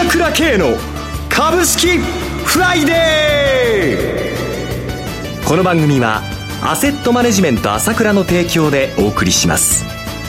朝倉慶の株式フライデー。この番組はアセットマネジメント朝倉の提供でお送りします。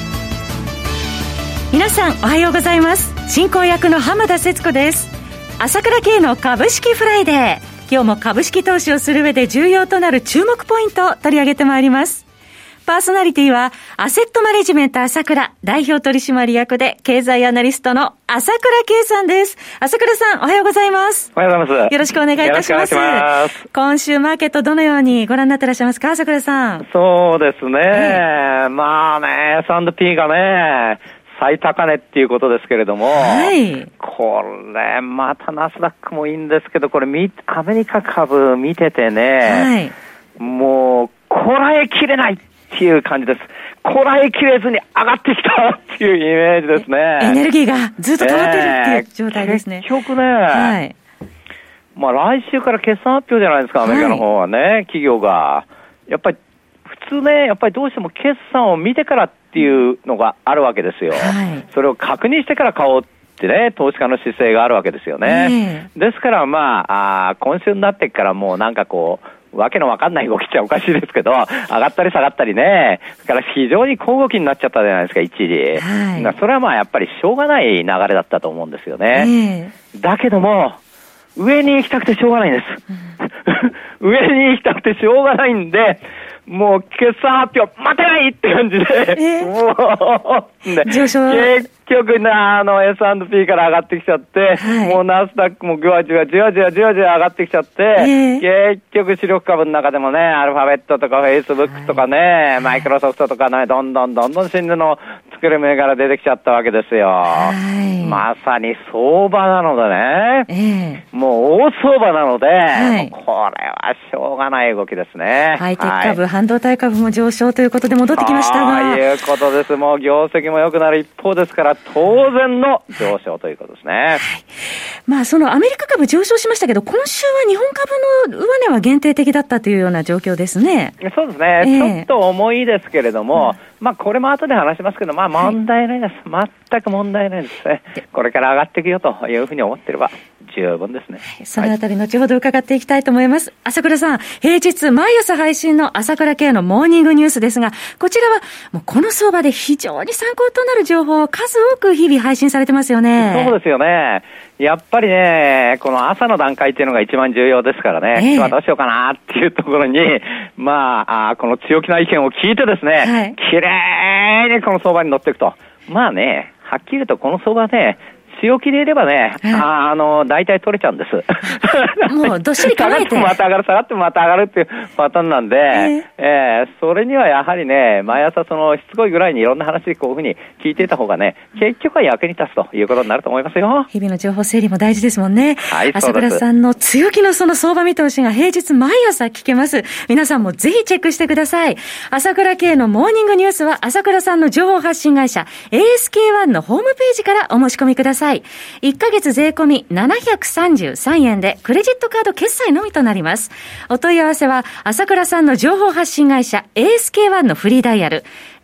皆さんおはようございます。進行役の浜田節子です。朝倉慶の株式フライデー、今日も株式投資をする上で重要となる注目ポイントを取り上げてまいります。パーソナリティはアセットマネジメント朝倉代表取締役で経済アナリストの朝倉慶さんです。朝倉さん、おはようございます。 おはようございます。 よろしくお願いいたします。今週マーケットどのようにご覧になってらっしゃいますか、朝倉さん。 そうですね、まあね、S&P がね最高値っていうことですけれども、 はい、 これまたナスダックもいいんですけど、これアメリカ株見ててね、はい、もうこらえきれないっていう感じです。こらえきれずに上がってきたっていうイメージですね。 エネルギーがずっと溜まってるっていう状態ですね。 結局ね、 はい、 まあ来週から決算発表じゃないですか、アメリカの方はね、はい、企業がやっぱり普通ね、やっぱりどうしても決算を見てからっていうのがあるわけですよ、はい、それを確認してから買おうってね、投資家の姿勢があるわけですよね、ですからまあ今週になってからもうなんかこうわけのわかんない動きっちゃおかしいですけど、上がったり下がったりね、だから非常に小動きになっちゃったじゃないですか、一時、はい、それはまあやっぱりしょうがない流れだったと思うんですよね、だけども上に行きたくてしょうがないんです、上に行きたくてしょうがないんで、もう決算発表待てないって感じで、もうね、結局なS&P から上がってきちゃって、はい、もうナスダックもじわじわ上がってきちゃって、結局主力株の中でもね、アルファベットとかフェイスブックとかね、はい、マイクロソフトとかね、どんどん新の作る銘柄出てきちゃったわけですよ、はい、まさに相場なのでね、もう大相場なので、はい、これはしょうがない動きですね。 ハイテク株、はい、半導体株も上昇ということで戻ってきましたが、 そういうことです。もう業績も良くなる一方ですから当然の上昇ということですね、はい、 まあそのアメリカ株上昇しましたけど、今週は日本株の上値は限定的だったというような状況ですね。 そうですね、ちょっと重いですけれども、まあこれも後で話しますけど、まあ問題ないです、はい、全く問題ないですね。これから上がっていくよというふうに思っていれば十分ですね。 そのあたり後ほど伺っていきたいと思います、はい、朝倉さん、平日毎朝配信の朝倉慶のモーニングニュースですが、こちらはもうこの相場で非常に参考となる情報を数多く日々配信されてますよね。 そうですよね。やっぱりね、この朝の段階っていうのが一番重要ですからね、今日はどうしようかなっていうところに、まあ、この強気な意見を聞いてですね、はい、きれいにこの相場に乗っていくと。まあね、はっきり言うとこの相場ね、強気でいればね、大体取れちゃうんです。 もうどっしり構えて。 下がってもまた上がる、下がってもまた上がるっていうパターンなんで、それにはやはりね、毎朝しつこいぐらいにいろんな話こういうふうに聞いていた方がね、結局は役に立つということになると思いますよ。 日々の情報整理も大事ですもんね。 はい、 朝倉さんの強気のその相場見通しが平日毎朝聞けます。皆さんもぜひチェックしてください。朝倉慶のモーニングニュースは朝倉さんの情報発信会社 ASK1 のホームページからお申し込みください。1ヶ月税込み733円でクレジットカード決済のみとなります。お問い合わせは朝倉さんの情報発信会社 ASK1 のフリーダイヤル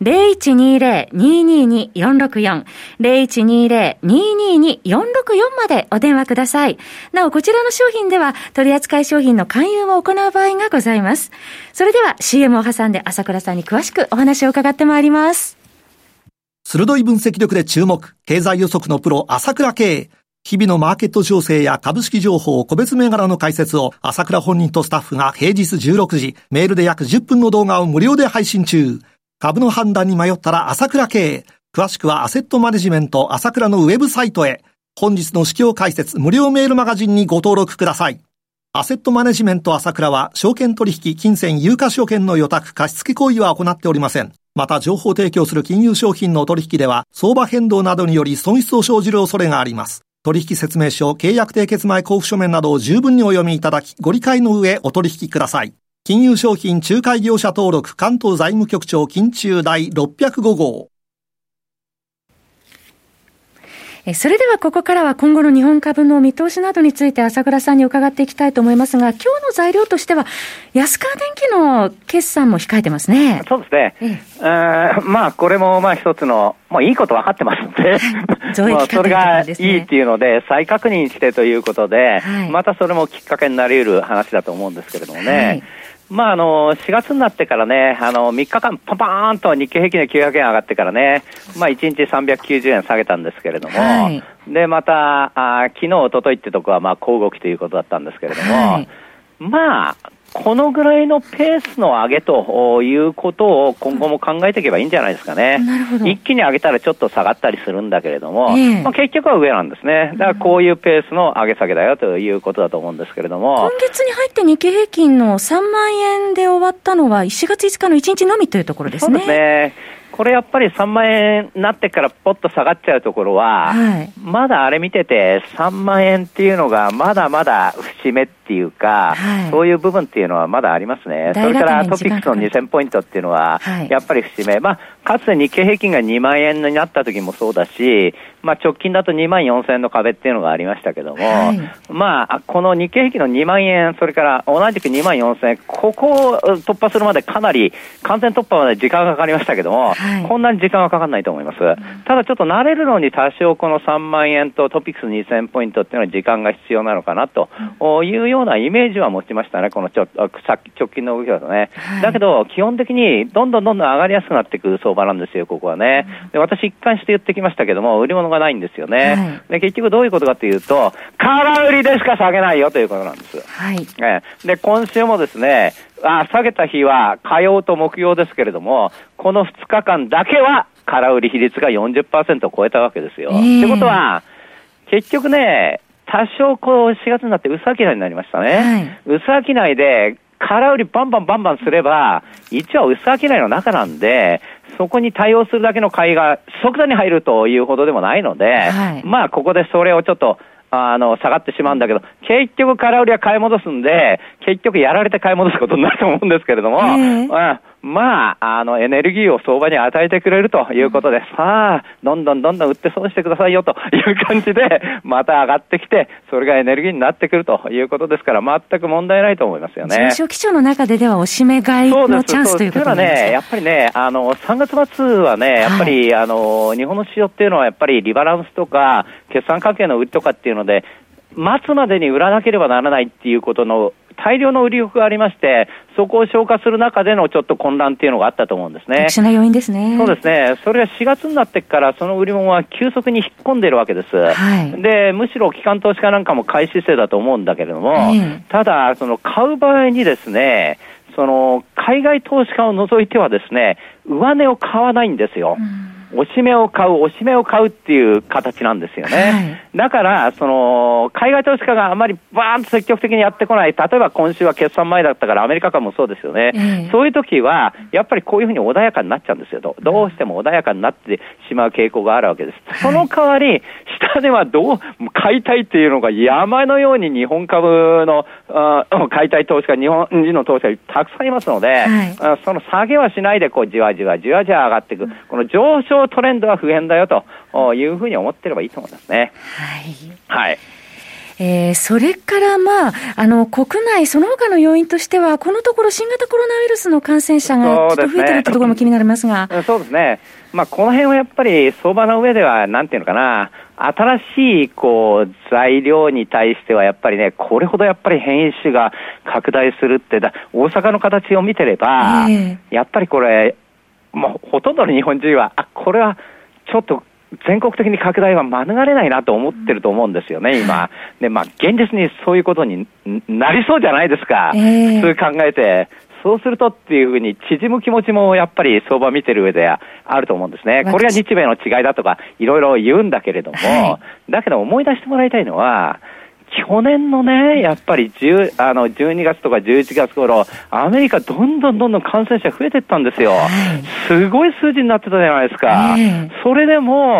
0120-222-464 0120-222-464 までお電話ください。なおこちらの商品では取扱い商品の勧誘を行う場合がございます。それでは CM を挟んで朝倉さんに詳しくお話を伺ってまいります。 鋭い分析力で注目、経済予測のプロ朝倉慶。日々のマーケット情勢や株式情報、個別銘柄の解説を朝倉本人とスタッフが平日16時、メールで約10分の動画を無料で配信中。株の判断に迷ったら朝倉慶。詳しくはアセットマネジメント朝倉のウェブサイトへ。本日の指標解説無料メールマガジンにご登録ください。アセットマネジメント朝倉は証券取引、金銭、有価証券の予託、貸付行為は行っておりません。また情報提供する金融商品の取引では相場変動などにより損失を生じる恐れがあります。取引説明書、契約締結前交付書面などを十分にお読みいただき、ご理解の上お取引ください。金融商品仲介業者登録関東財務局長金中第605号。 それではここからは今後の日本株の見通しなどについて朝倉さんに伺っていきたいと思いますが、今日の材料としては安川電機の決算も控えてますね。 そうですね。まあこれもまあ一つのもういいこと分かってますので、それがいいっていうので再確認してということで、またそれもきっかけになり得る話だと思うんですけれどもね。まあ4月になってからね、3日間パパーンと日経平均で900円上がってからね、まあ1日390円下げたんですけれども、でまた昨日一昨日ってとこはまあ小動きということだったんですけれども、まあこのぐらいのペースの上げということを今後も考えていけばいいんじゃないですかね。一気に上げたらちょっと下がったりするんだけれども、まあ、結局は上なんですね。だからこういうペースの上げ下げだよということだと思うんですけれども、 今月に入って日経平均の3万円で終わったのは4月5日の1日のみというところですね。 そうですね。これやっぱり3万円になってからポッと下がっちゃうところは、まだあれ見てて3万円っていうのがまだまだ節目っていうか、そういう部分っていうのはまだありますね。それからトピックスの2000ポイントっていうのはやっぱり節目。まあかつて日経平均が2万円になった時もそうだし、まあ直近だと2万4000円の壁っていうのがありましたけども、まあこの日経平均の2万円、それから同じく2万4000円、ここを突破するまでかなり完全突破まで時間がかかりましたけども、こんなに時間はかかんないと思います。ただちょっと慣れるのに多少この3万円とトピックス2000ポイントっていうのは時間が必要なのかなというようなイメージは持ちましたね。この直近の動きだとね。だけど基本的にどんどん上がりやすくなってくる相場なんですよ、ここはね。で、私一貫して言ってきましたけども、売り物がないんですよね。で、結局どういうことかというと、空売りでしか下げないよということなんです。で、今週もですね、下げた日は火曜と木曜ですけれども、この2日間だけは空売り比率が 40% を超えたわけですよ。ってことは、結局ね、多少こう4月になって薄商いになりましたね。薄商いで空売りバンバンすれば、一応薄商いの中なんで、そこに対応するだけの買いが即座に入るというほどでもないので、まあここでそれをちょっと下がってしまうんだけど、結局空売りは買い戻すんで、結局やられて買い戻すことになると思うんですけれども、まあ、エネルギーを相場に与えてくれるということで、さあ、どんどん売って損してくださいよという感じで、また上がってきて、それがエネルギーになってくるということですから、全く問題ないと思いますよね。 上昇基調の中では、おしめ買いのチャンスということなんですか。 やっぱりね、3月末はね、やっぱり、日本の市場っていうのは、やっぱりリバランスとか、決算関係の売りとかっていうので、末までに売らなければならないっていうことの大量の売り欲がありまして、そこを消化する中でのちょっと混乱っていうのがあったと思うんですね。 特殊な要因ですね。 そうですね。それが4月になってからその売り物は急速に引っ込んでいるわけです。で、むしろ機関投資家なんかも買い姿勢だと思うんだけれども、ただその買う場合にですね、その海外投資家を除いてはですね、上値を買わないんですよ。押し目を買うっていう形なんですよね。だから、海外投資家があまりバーンと積極的にやってこない。例えば今週は決算前だったからアメリカ株もそうですよね。そういう時は、やっぱりこういうふうに穏やかになっちゃうんですよ。どうしても穏やかになってしまう傾向があるわけです。その代わり、下では買いたいっていうのが山のように日本株の買いたい投資家、日本人の投資家たくさんいますので、その下げはしないでこうじわじわ上がっていく。この上昇トレンドは不変だよというふうに思ってればいいと思いますね。 それから国内その他の要因としては、このところ新型コロナウイルスの感染者がちょっと増えてるってところも気になりますが。 そうですね。この辺はやっぱり相場の上ではなんていうのかな、新しい材料に対してはやっぱりね、これほどやっぱり変異種が拡大するって大阪の形を見てれば、やっぱりこれほとんどの日本人はこれはちょっと全国的に拡大は免れないなと思ってると思うんですよね、今。で、現実にそういうことになりそうじゃないですか。普通考えて。そうするとっていうふうに縮む気持ちもやっぱり相場見てる上であると思うんですね。これが日米の違いだとかいろいろ言うんだけれども、だけど思い出してもらいたいのは、去年のね、やっぱり12月とか11月頃、アメリカどんどん感染者増えていったんですよ。すごい数字になってたじゃないですか。それでも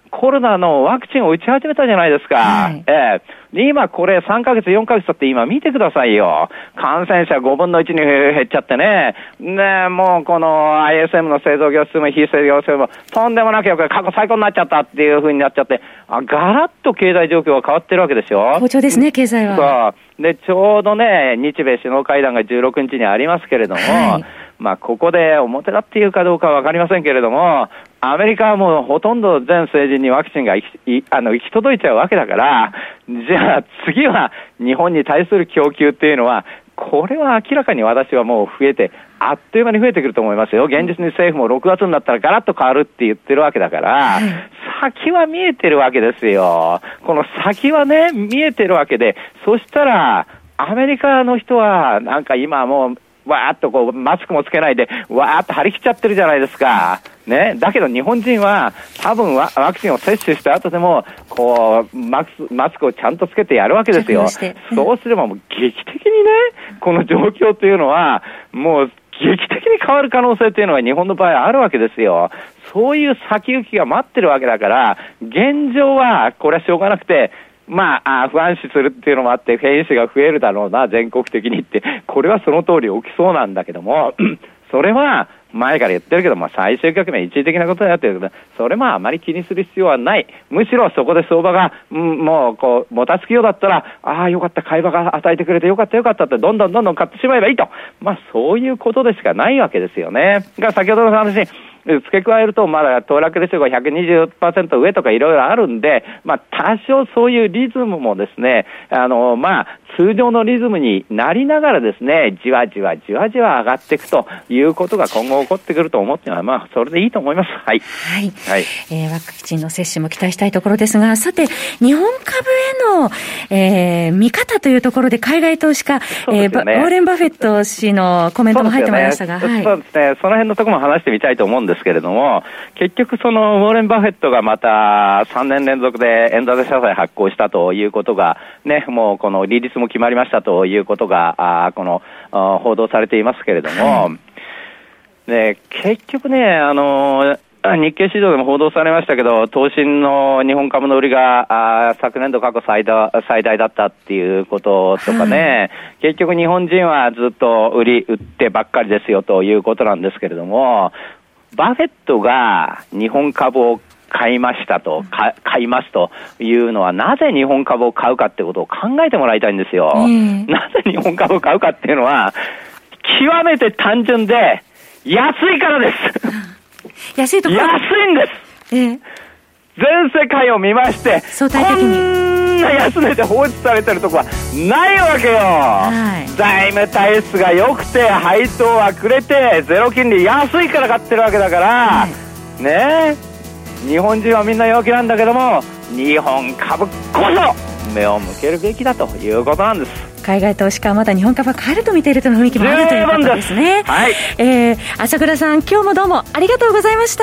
コロナのワクチンを打ち始めたじゃないですか。今これ3ヶ月、4ヶ月経って今見てくださいよ。感染者5分の1に減っちゃってね。もうこの ISM の製造業数も非製造業数もとんでもなく過去最高になっちゃったっていう風になっちゃって、ガラッと経済状況が変わってるわけですよ。 好調ですね、経済は。 そう。で、ちょうどね、日米首脳会談が16日にありますけれども、ここで表立っていうかどうかはわかりませんけれども、アメリカはもうほとんど全成人にワクチンが行き届いちゃうわけだから、じゃあ次は日本に対する供給っていうのは、これは明らかに私はもう増えて、あっという間に増えてくると思いますよ。現実に政府も6月になったらガラッと変わるって言ってるわけだから、先は見えてるわけですよ。この先はね、見えてるわけで、そしたら、アメリカの人はなんか今もう、わーっとこうマスクもつけないでわーっと張り切っちゃってるじゃないですかね。だけど日本人は多分ワクチンを接種した後でもこうマスクをちゃんとつけてやるわけですよ。そうすればもう劇的にね、この状況というのはもう劇的に変わる可能性というのは日本の場合あるわけですよ。そういう先行きが待ってるわけだから、現状はこれはしょうがなくて、不安視するっていうのもあって変異種が増えるだろうな、全国的にって、これはその通り起きそうなんだけどもそれは前から言ってるけど、最終局面一時的なことになってるけど、それもあまり気にする必要はない。むしろそこで相場が、もうこうもたつきようだったら、よかった、買い場が与えてくれてよかったってどんどん買ってしまえばいいと、そういうことでしかないわけですよね。が先ほどの話に付け加えると、まだ騰落レシオが 120% 上とかいろいろあるんで、多少そういうリズムもですね、通常のリズムになりながらですね、じわじわ上がっていくということが今後起こってくると思っては、それでいいと思います。はい。 ワクチンの接種も期待したいところですが、さて、日本株への、見方というところで海外投資家、ウォーレン・バフェット氏のコメントも入ってまいりましたが、 そうですね。その辺のところも話してみたいと思うんですけれども、結局そのウォーレン・バフェットがまた3年連続で円建て社債発行したということがね、もうこの利率も決まりましたということが報道されていますけれども、結局ね、日経市場でも報道されましたけど、東進の日本株の売りが昨年度過去最大だったっていうこととかね、結局日本人はずっと売ってばっかりですよということなんですけれども、バフェットが日本株を買いますというのは、なぜ日本株を買うかってことを考えてもらいたいんですよ。なぜ日本株を買うかっていうのは極めて単純で安いからです安いところ安いんです、全世界を見ましてこんな安値で放置されてるとこはないわけよ、財務体質が良くて配当はくれてゼロ金利安いから買ってるわけだから、ねえ、日本人はみんな弱気なんだけども、日本株こそ目を向けるべきだということなんです。 海外投資家はまだ日本株は買えると見ているという雰囲気もあるということですね。朝倉さん、今日もどうもありがとうございました。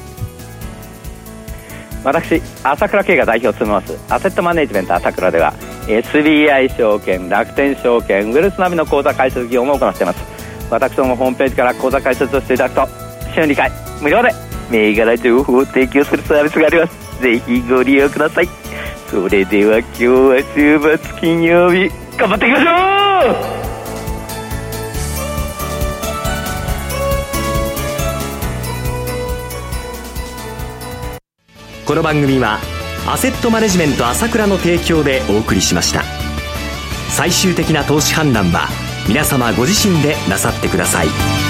私、朝倉慶が代表を務めますアセットマネジメント朝倉では SBI 証券、楽天証券、ウェルスナビの口座開設業務を行っています。私どもホームページから口座開設をしていただくと週2回無料で銘柄情報を提供するサービスがあります。ぜひご利用ください。それでは今日は週末金曜日、頑張っていきましょう。 この番組はアセットマネジメント朝倉の提供でお送りしました。最終的な投資判断は皆様ご自身でなさってください。